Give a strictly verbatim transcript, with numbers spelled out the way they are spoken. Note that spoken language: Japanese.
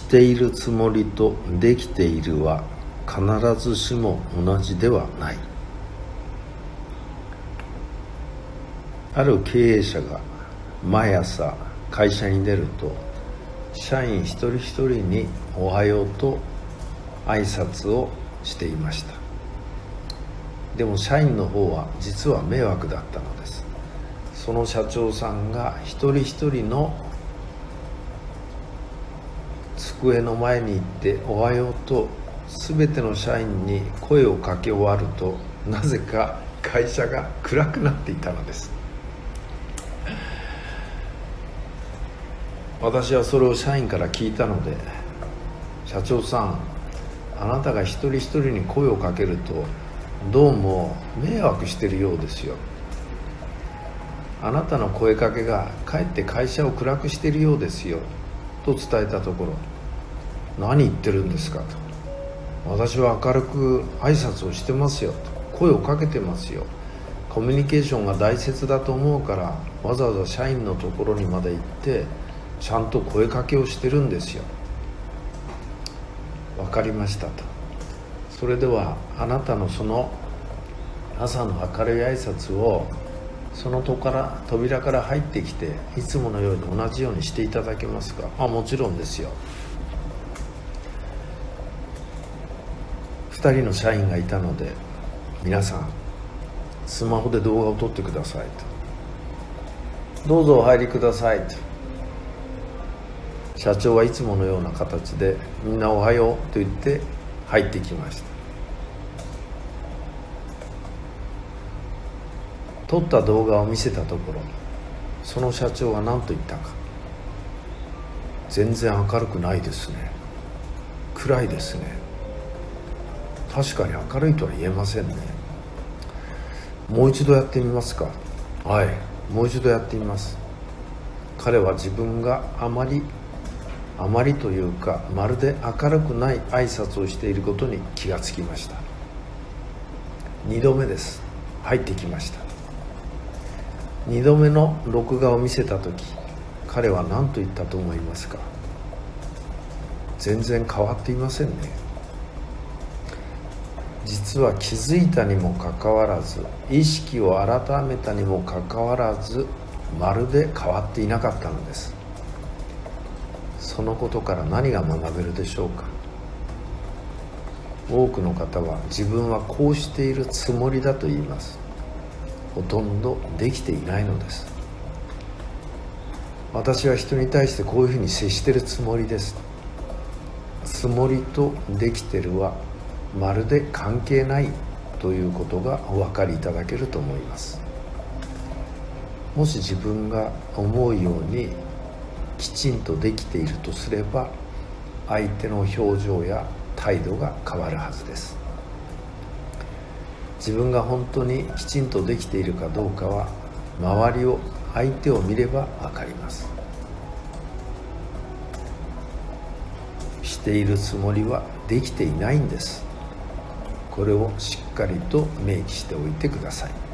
しているつもりとできているは必ずしも同じではない。ある経営者が毎朝会社に出ると、社員一人一人におはようと挨拶をしていました。でも社員の方は実は迷惑だったのです。その社長さんが一人一人の机の前に行っておはようと全ての社員に声をかけ終わると、なぜか会社が暗くなっていたのです。私はそれを社員から聞いたので、社長さん、あなたが一人一人に声をかけるとどうも迷惑してるようですよ。あなたの声かけがかえって会社を暗くしているようですよと伝えたところ、何言ってるんですかと、私は明るく挨拶をしてますよと、声をかけてますよ、コミュニケーションが大切だと思うからわざわざ社員のところにまで行ってちゃんと声かけをしてるんですよ。わかりましたと。それではあなたのその朝の明るい挨拶をその戸から扉から入ってきていつものように同じようにしていただけますか。あ、もちろんですよ。ふたりの社員がいたので、皆さんスマホで動画を撮ってくださいと、どうぞお入りくださいと。社長はいつものような形でみんなおはようと言って入ってきました。撮った動画を見せたところ、その社長は何と言ったか。全然明るくないですね、暗いですね、確かに明るいとは言えませんね、もう一度やってみますか。はい、もう一度やってみます。彼は自分があまりあまりというかまるで明るくない挨拶をしていることに気がつきました。にどめです。入ってきました。にどめの録画を見せた時、彼は何と言ったと思いますか。全然変わっていませんね。実は気づいたにもかかわらず、意識を改めたにもかかわらず、まるで変わっていなかったのです。そのことから何が学べるでしょうか。多くの方は自分はこうしているつもりだと言います。ほとんどできていないのです。私は人に対してこういうふうに接しているつもりです。つもりとできてるはまるで関係ないということがお分かりいただけると思います。もし自分が思うようにきちんとできているとすれば、相手の表情や態度が変わるはずです。自分が本当にきちんとできているかどうかは、周りを相手を見れば分かります。しているつもりはできていないんです。これをしっかりと明記しておいてください。